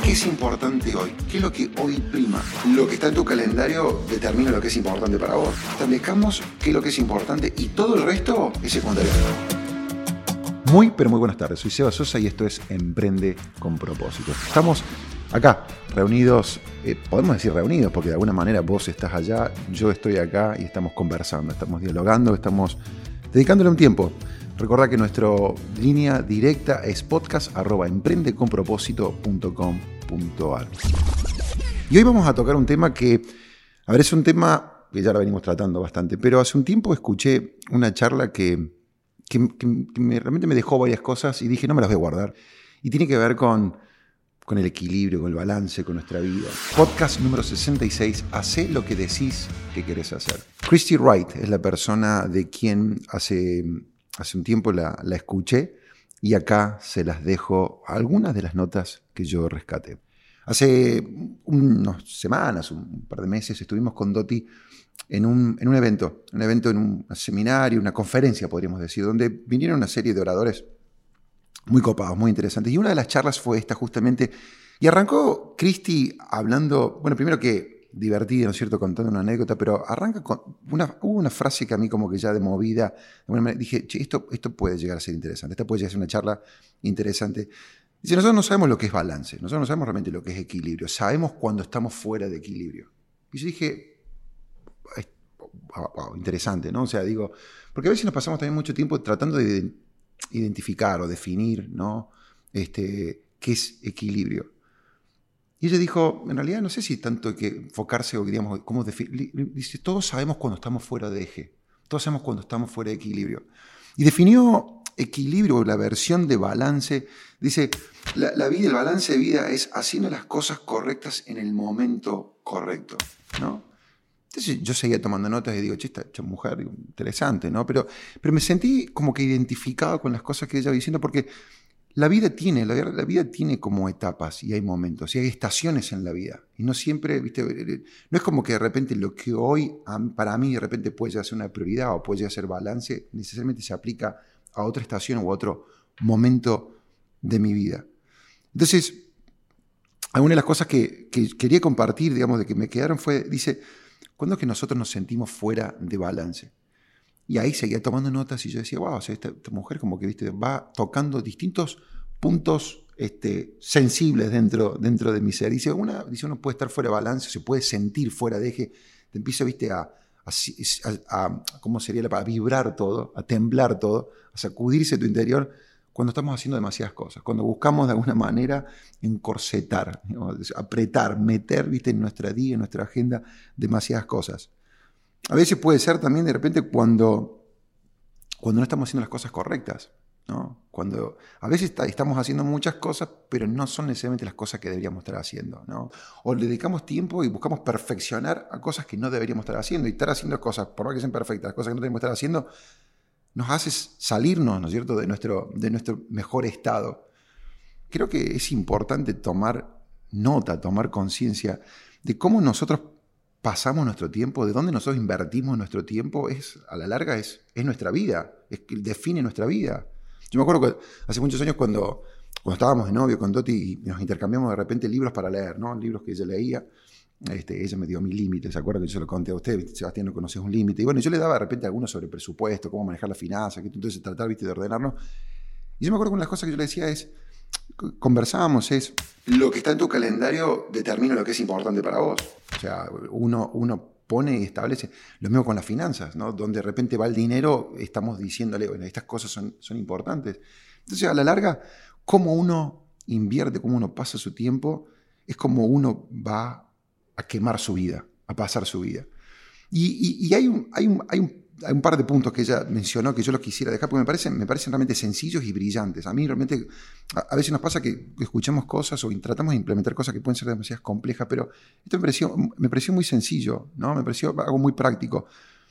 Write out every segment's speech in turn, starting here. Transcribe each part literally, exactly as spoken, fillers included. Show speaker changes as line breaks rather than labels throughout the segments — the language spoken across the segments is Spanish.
¿Qué es importante hoy? ¿Qué es lo que hoy prima? Lo que está en tu calendario determina lo que es importante para vos. Establezcamos qué es lo que es importante y todo el resto es secundario.
Muy, pero muy buenas tardes. Soy Seba Sosa y esto es Emprende con Propósito. Estamos acá, reunidos, eh, podemos decir reunidos, porque de alguna manera vos estás allá, yo estoy acá y estamos conversando, estamos dialogando, estamos dedicándole un tiempo. Recordá que nuestra línea directa es podcast arroba emprendeconpropósito punto com punto a r. Y hoy vamos a tocar un tema que, a ver, es un tema que ya lo venimos tratando bastante, pero hace un tiempo escuché una charla que, que, que, que me, realmente me dejó varias cosas y dije, no me las voy a guardar. Y tiene que ver con, con el equilibrio, con el balance, con nuestra vida. Podcast número sesenta y seis, hacé lo que decís que querés hacer. Christy Wright es la persona de quien hace... Hace un tiempo la, la escuché y acá se las dejo algunas de las notas que yo rescaté. Hace unas semanas, un par de meses, estuvimos con Doti en un, en un evento, un evento en un seminario, una conferencia, podríamos decir, donde vinieron una serie de oradores muy copados, muy interesantes. Y una de las charlas fue esta justamente, y arrancó Christy hablando, bueno, primero que divertida, ¿no es cierto?, contando una anécdota, pero arranca con una, hubo una frase que a mí como que ya de movida, de alguna manera, dije, che, esto, esto puede llegar a ser interesante, esta puede llegar a ser una charla interesante. Dice, nosotros no sabemos lo que es balance, nosotros no sabemos realmente lo que es equilibrio, sabemos cuando estamos fuera de equilibrio. Y yo dije, wow, wow, interesante, ¿no? O sea, digo, porque a veces nos pasamos también mucho tiempo tratando de identificar o definir, ¿no?, este, qué es equilibrio. Y ella dijo, en realidad no sé si tanto hay que enfocarse o digamos, cómo definir. Dice, todos sabemos cuando estamos fuera de eje, todos sabemos cuando estamos fuera de equilibrio. Y definió equilibrio, la versión de balance. Dice, la, la vida, el balance de vida es haciendo las cosas correctas en el momento correcto, ¿no? Entonces yo seguía tomando notas y digo, che, esta, esta mujer, interesante, ¿no? Pero, pero me sentí como que identificado con las cosas que ella iba diciendo porque La vida tiene, la, la vida tiene como etapas y hay momentos y hay estaciones en la vida. Y no siempre, ¿viste? No es como que de repente lo que hoy para mí de repente puede llegar a ser una prioridad o puede llegar a ser balance, necesariamente se aplica a otra estación u otro momento de mi vida. Entonces, alguna de las cosas que, que quería compartir, digamos, de que me quedaron fue, dice, ¿cuándo es que nosotros nos sentimos fuera de balance? Y ahí seguía tomando notas y yo decía, wow, o sea, esta, esta mujer como que, viste, va tocando distintos puntos este, sensibles dentro, dentro de mi ser. Dice, una, dice, uno puede estar fuera de balance, se puede sentir fuera de eje, te empieza, viste, a, a, a, a ¿cómo sería la palabra? A vibrar todo, a temblar todo, a sacudirse tu interior cuando estamos haciendo demasiadas cosas, cuando buscamos de alguna manera encorsetar, digamos, apretar, meter, viste, en nuestra día, en nuestra agenda, demasiadas cosas. A veces puede ser también de repente cuando, cuando no estamos haciendo las cosas correctas, ¿no? Cuando a veces está, estamos haciendo muchas cosas, pero no son necesariamente las cosas que deberíamos estar haciendo, ¿no? O le dedicamos tiempo y buscamos perfeccionar a cosas que no deberíamos estar haciendo. Y estar haciendo cosas, por más que sean perfectas, las cosas que no debemos estar haciendo, nos hace salirnos, ¿no es cierto?, de nuestro, de nuestro mejor estado. Creo que es importante tomar nota, tomar conciencia de cómo nosotros pasamos nuestro tiempo, de dónde nosotros invertimos nuestro tiempo, es, a la larga es, es nuestra vida, es que define nuestra vida. Yo me acuerdo que hace muchos años cuando, cuando estábamos de novio con Doti y nos intercambiamos de repente libros para leer, ¿no? Libros que ella leía, este, ella me dio mi límite, ¿se acuerdan que yo se lo conté a usted? Sebastián, no conoces un límite. Y bueno, yo le daba de repente algunos sobre presupuesto, cómo manejar las finanzas, entonces tratar, viste, de ordenarnos. Y yo me acuerdo que una de las cosas que yo le decía es, conversábamos, es,
lo que está en tu calendario determina lo que es importante para vos.
O sea, uno, uno pone y establece, lo mismo con las finanzas, ¿no? Donde de repente va el dinero, estamos diciéndole, bueno, estas cosas son, son importantes. Entonces, a la larga, cómo uno invierte, cómo uno pasa su tiempo, es como uno va a quemar su vida, a pasar su vida. Y, y, y hay, un, hay, un, hay, un, hay un par de puntos que ella mencionó que yo los quisiera dejar, porque me parecen, me parecen realmente sencillos y brillantes. A mí realmente, a, a veces nos pasa que escuchamos cosas o tratamos de implementar cosas que pueden ser demasiado complejas, pero esto me pareció, me pareció muy sencillo, ¿no? Me pareció algo muy práctico.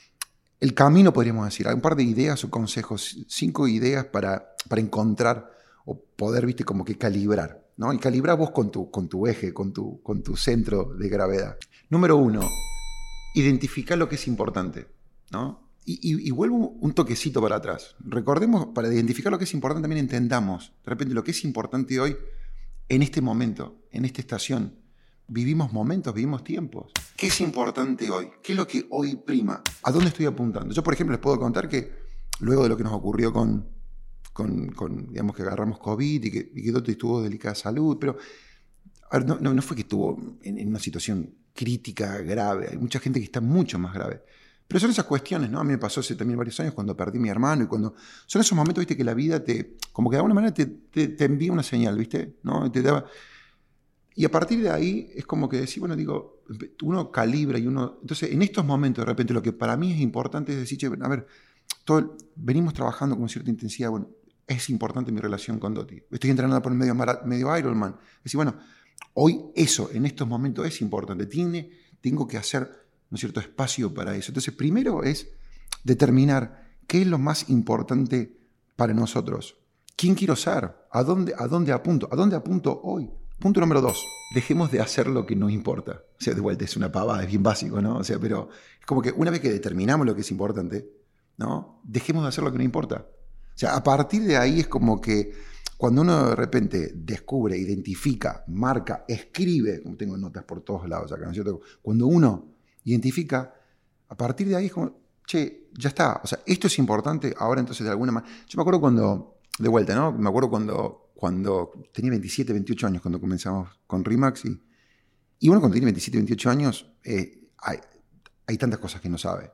El camino, podríamos decir, hay un par de ideas o consejos, cinco ideas para, para encontrar o poder, viste, como que calibrar, ¿no? Y calibrar vos con tu, con tu eje, con tu, con tu centro de gravedad. Número uno, identificar lo que es importante, ¿no? Y, y, y vuelvo un toquecito para atrás. Recordemos, para identificar lo que es importante, también entendamos de repente lo que es importante hoy en este momento. en esta estación. Vivimos momentos, vivimos tiempos.
¿Qué es importante hoy? ¿Qué es lo que hoy prima?
¿A dónde estoy apuntando? Yo, por ejemplo, les puedo contar que luego de lo que nos ocurrió con, con, con digamos, que agarramos COVID y que, y que Doti estuvo delicada de salud, pero a ver, no, no, no fue que estuvo en, en una situación crítica, grave. Hay mucha gente que está mucho más grave. Pero son esas cuestiones, ¿no? A mí me pasó hace también varios años cuando perdí a mi hermano y cuando... Son esos momentos, viste, que la vida te... Como que de alguna manera te, te, te envía una señal, viste, ¿no? Te daba... Y a partir de ahí es como que decir, bueno, digo, uno calibra y uno... Entonces, en estos momentos, de repente, lo que para mí es importante es decir, che, a ver, todo, venimos trabajando con cierta intensidad, bueno, es importante mi relación con Doti. Estoy entrenando por el medio, medio Ironman. Es decir, bueno, hoy eso, en estos momentos, es importante. Tiene, tengo que hacer, ¿no es cierto?, espacio para eso. Entonces, primero es determinar qué es lo más importante para nosotros. ¿Quién quiero ser? ¿A dónde, a dónde apunto? ¿A dónde apunto hoy? Punto número dos, dejemos de hacer lo que nos importa. O sea, de vuelta, es una pavada, es bien básico, ¿no? O sea, pero es como que una vez que determinamos lo que es importante, ¿no? Dejemos de hacer lo que no importa. O sea, a partir de ahí es como que cuando uno de repente descubre, identifica, marca, escribe, como tengo notas por todos lados acá, ¿no es cierto? Cuando uno identifica, a partir de ahí es como, che, ya está. O sea, esto es importante, ahora entonces de alguna manera... Yo me acuerdo cuando, de vuelta, ¿no? Me acuerdo cuando... cuando tenía veintisiete, veintiocho años, cuando comenzamos con RE/MAX. Y, y bueno, cuando tiene veintisiete, veintiocho años, eh, hay, hay tantas cosas que no sabe.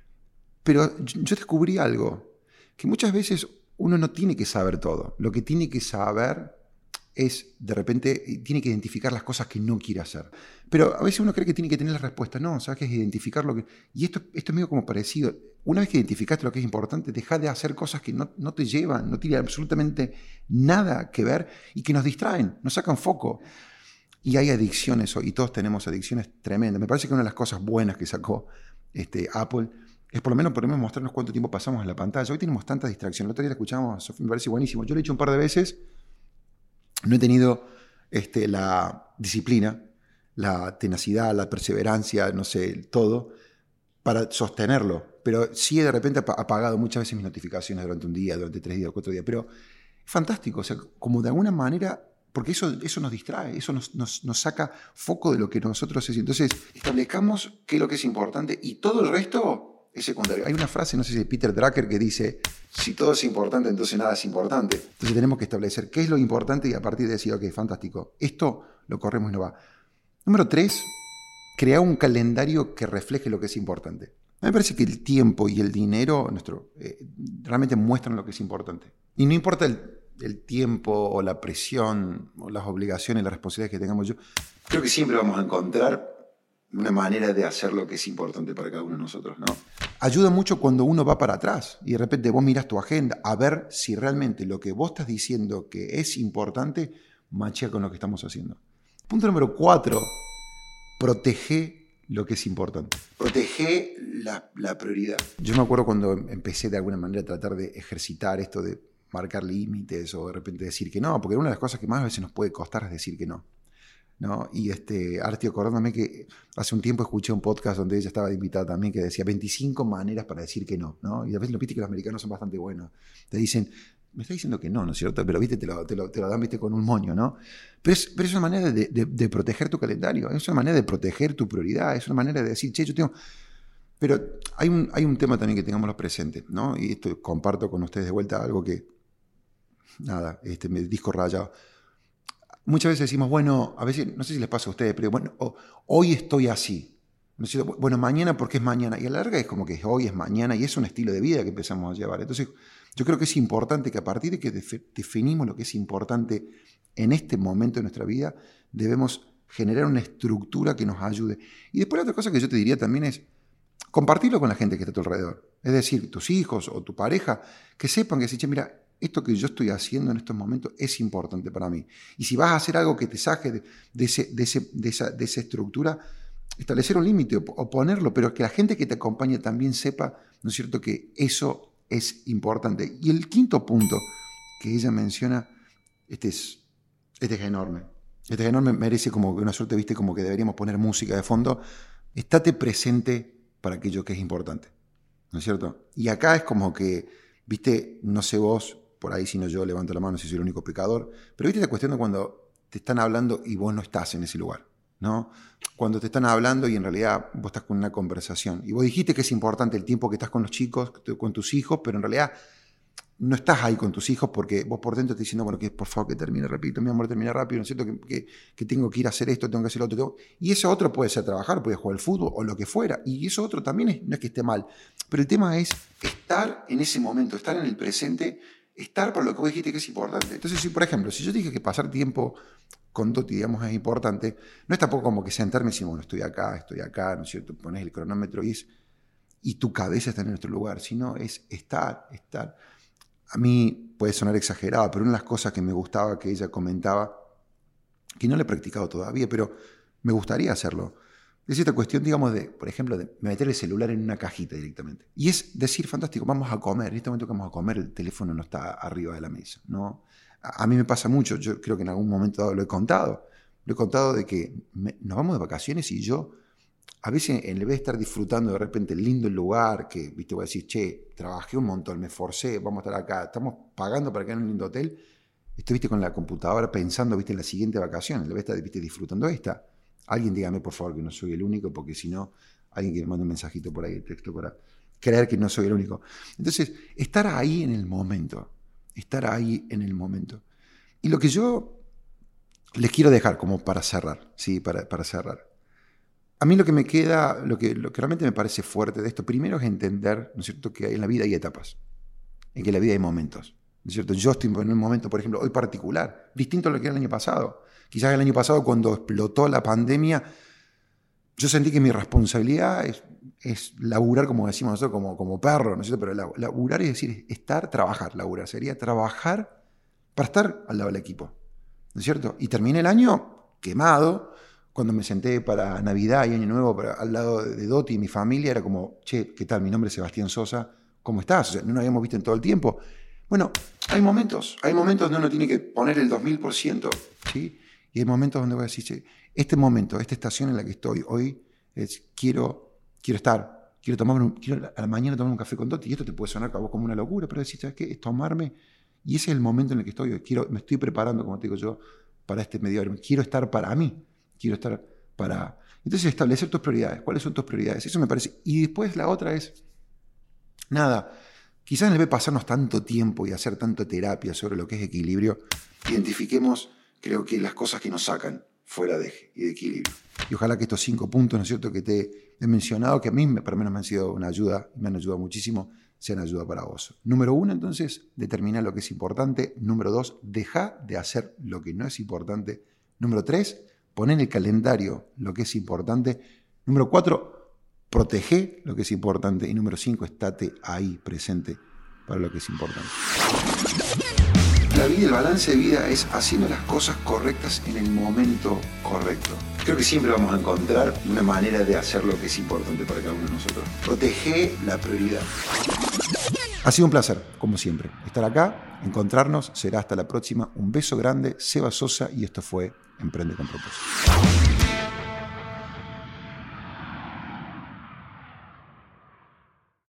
Pero yo, yo descubrí algo, que muchas veces uno no tiene que saber todo. Lo que tiene que saber es, de repente, tiene que identificar las cosas que no quiere hacer. Pero a veces uno cree que tiene que tener la respuesta. No, ¿sabes qué es identificar lo que...? Y esto, esto es medio como parecido. Una vez que identificaste lo que es importante, deja de hacer cosas que no, no te llevan, no tienen absolutamente nada que ver y que nos distraen, nos sacan foco. Y hay adicciones hoy, y todos tenemos adicciones tremendas. Me parece que una de las cosas buenas que sacó este, Apple es por lo menos podemos mostrarnos cuánto tiempo pasamos en la pantalla. Hoy tenemos tanta distracción. El otro día la escuchamos a Sofía, me parece buenísimo. Yo lo he hecho un par de veces. No he tenido este, la disciplina, la tenacidad, la perseverancia, no sé, todo, para sostenerlo. Pero sí de repente he apagado muchas veces mis notificaciones durante un día, durante tres días, cuatro días. Pero es fantástico, o sea, como de alguna manera, porque eso, eso nos distrae, eso nos, nos, nos saca foco de lo que nosotros hacemos. Entonces,
establezcamos qué es lo que es importante y todo el resto es secundario.
Hay una frase, no sé si de Peter Drucker, que dice...
Si todo es importante, entonces nada es importante.
Entonces tenemos que establecer qué es lo importante y a partir de decir, ok, fantástico, esto lo corremos y no va. Número tres, crear un calendario que refleje lo que es importante. A mí me parece que el tiempo y el dinero nuestro, eh, realmente muestran lo que es importante. Y no importa el, el tiempo o la presión o las obligaciones, las responsabilidades que tengamos yo.
Creo que siempre vamos a encontrar una manera de hacer lo que es importante para cada uno de nosotros, ¿no?
Ayuda mucho cuando uno va para atrás y de repente vos mirás tu agenda a ver si realmente lo que vos estás diciendo que es importante machea con lo que estamos haciendo. Punto número cuatro, protege lo que es importante.
Protege la, la prioridad.
Yo me acuerdo cuando empecé de alguna manera a tratar de ejercitar esto de marcar límites o de repente decir que no, porque una de las cosas que más a veces nos puede costar es decir que no. ¿No? Y este, ahora estoy acordándome que hace un tiempo escuché un podcast donde ella estaba invitada también que decía veinticinco maneras para decir que no, ¿no? Y a veces lo viste que los americanos son bastante buenos. Te dicen, me está diciendo que no, ¿no es cierto? Pero viste, te lo, te lo, te lo dan, viste, con un moño, ¿no? Pero es, pero es una manera de, de, de proteger tu calendario, es una manera de proteger tu prioridad, es una manera de decir, che, yo tengo... Pero hay un, hay un tema también que tengámoslo presente, ¿no? Y esto comparto con ustedes de vuelta algo que, nada, este, me disco rayado. Muchas veces decimos, bueno, a veces, no sé si les pasa a ustedes, pero bueno, hoy estoy así. Bueno, mañana porque es mañana. Y a la larga es como que hoy es mañana y es un estilo de vida que empezamos a llevar. Entonces, yo creo que es importante que a partir de que definimos lo que es importante en este momento de nuestra vida, debemos generar una estructura que nos ayude. Y después la otra cosa que yo te diría también es compartirlo con la gente que está a tu alrededor. Es decir, tus hijos o tu pareja, que sepan que se echen, mira, esto que yo estoy haciendo en estos momentos es importante para mí. Y si vas a hacer algo que te saque de, de, ese, de, ese, de, esa, de esa estructura, establecer un límite o, o ponerlo, pero que la gente que te acompañe también sepa, ¿no es cierto?, que eso es importante. Y el quinto punto que ella menciona, este es, este es enorme. Este es enorme, merece como una suerte, viste, como que deberíamos poner música de fondo. Estate presente para aquello que es importante, ¿no es cierto? Y acá es como que, viste, no sé vos, por ahí si no yo levanto la mano si soy el único pecador, pero viste esta cuestión de cuando te están hablando y vos no estás en ese lugar, ¿no? Cuando te están hablando y en realidad vos estás con una conversación. Y vos dijiste que es importante el tiempo que estás con los chicos, con tus hijos, pero en realidad no estás ahí con tus hijos porque vos por dentro estás diciendo, bueno, que por favor que termine, repito, mi amor, termine rápido, ¿no es cierto? Que, que, que tengo que ir a hacer esto, tengo que hacer lo otro. Tengo... Y eso otro puede ser trabajar, puede jugar al fútbol o lo que fuera. Y eso otro también es, no es que esté mal. Pero el tema es estar en ese momento, estar en el presente, estar por lo que vos dijiste que es importante. Entonces, si por ejemplo, si yo dije que pasar tiempo con Doti, digamos, es importante, no es tampoco como que sentarme y decir, bueno, estoy acá, estoy acá, ¿no es cierto? Pones el cronómetro y, es, y tu cabeza está en nuestro lugar, sino es estar, estar. A mí puede sonar exagerado, pero una de las cosas que me gustaba que ella comentaba, que no lo he practicado todavía, pero me gustaría hacerlo, es esta cuestión, digamos, de, por ejemplo, de meter el celular en una cajita directamente. Y es decir, fantástico, vamos a comer, en este momento que vamos a comer, el teléfono no está arriba de la mesa, ¿no? A, a mí me pasa mucho, yo creo que en algún momento dado lo he contado, lo he contado de que me, nos vamos de vacaciones y yo, a veces en vez de estar disfrutando de repente el lindo lugar, que, viste, voy a decir, che, trabajé un montón, me forcé, vamos a estar acá, estamos pagando para quedar en un lindo hotel, estoy, viste, con la computadora pensando, viste, en la siguiente vacación, en vez de estar, viste, disfrutando esta. Alguien dígame, por favor, que no soy el único, porque si no, alguien que me mande un mensajito por ahí, el texto para creer que no soy el único. Entonces, estar ahí en el momento, estar ahí en el momento. Y lo que yo les quiero dejar como para cerrar, ¿sí? Para, para cerrar. A mí lo que me queda, lo que, lo que realmente me parece fuerte de esto, primero es entender, ¿no es cierto?, que en la vida hay etapas, en que en la vida hay momentos, ¿no es cierto? Yo estoy en un momento, por ejemplo, hoy particular, distinto a lo que era el año pasado. Quizás el año pasado, cuando explotó la pandemia, yo sentí que mi responsabilidad es, es laburar, como decimos nosotros, como, como perro, ¿no es cierto? Pero laburar es decir, estar, trabajar, laburar, sería trabajar para estar al lado del equipo, ¿no es cierto? Y terminé el año quemado. Cuando me senté para Navidad y Año Nuevo para, al lado de Doti y mi familia, era como, che, ¿qué tal? Mi nombre es Sebastián Sosa, ¿cómo estás? O sea, no nos habíamos visto en todo el tiempo. Bueno, hay momentos, hay momentos donde uno tiene que poner el dos mil por ciento, ¿sí? Y hay momentos donde voy a decir, che, este momento, esta estación en la que estoy hoy, es quiero, quiero estar, quiero tomarme un, quiero a la mañana tomar un café con Doti, y esto te puede sonar a vos como una locura, pero decís, ¿sabes qué? Es tomarme, y ese es el momento en el que estoy hoy. Quiero, me estoy preparando, como te digo yo, para este medio hora. Quiero estar para mí. Quiero estar para... Entonces, establecer tus prioridades. ¿Cuáles son tus prioridades? Eso me parece. Y después la otra es, nada, quizás en vez de pasarnos tanto tiempo y hacer tanta terapia sobre lo que es equilibrio, identifiquemos, creo que las cosas que nos sacan fuera de eje y de equilibrio. Y ojalá que estos cinco puntos, ¿no es cierto?, que te he mencionado, que a mí, para menos me han sido una ayuda, me han ayudado muchísimo, sean ayuda para vos. Número uno, entonces, determina lo que es importante. Número dos, deja de hacer lo que no es importante. Número tres, pon en el calendario lo que es importante. Número cuatro, protege lo que es importante. Y número cinco, estate ahí presente para lo que es importante.
La vida, el balance de vida es haciendo las cosas correctas en el momento correcto. Creo que siempre vamos a encontrar una manera de hacer lo que es importante para cada uno de nosotros. Protege la prioridad.
Ha sido un placer, como siempre, estar acá, encontrarnos. Será hasta la próxima. Un beso grande, Seba Sosa, y esto fue Emprende con Propósito.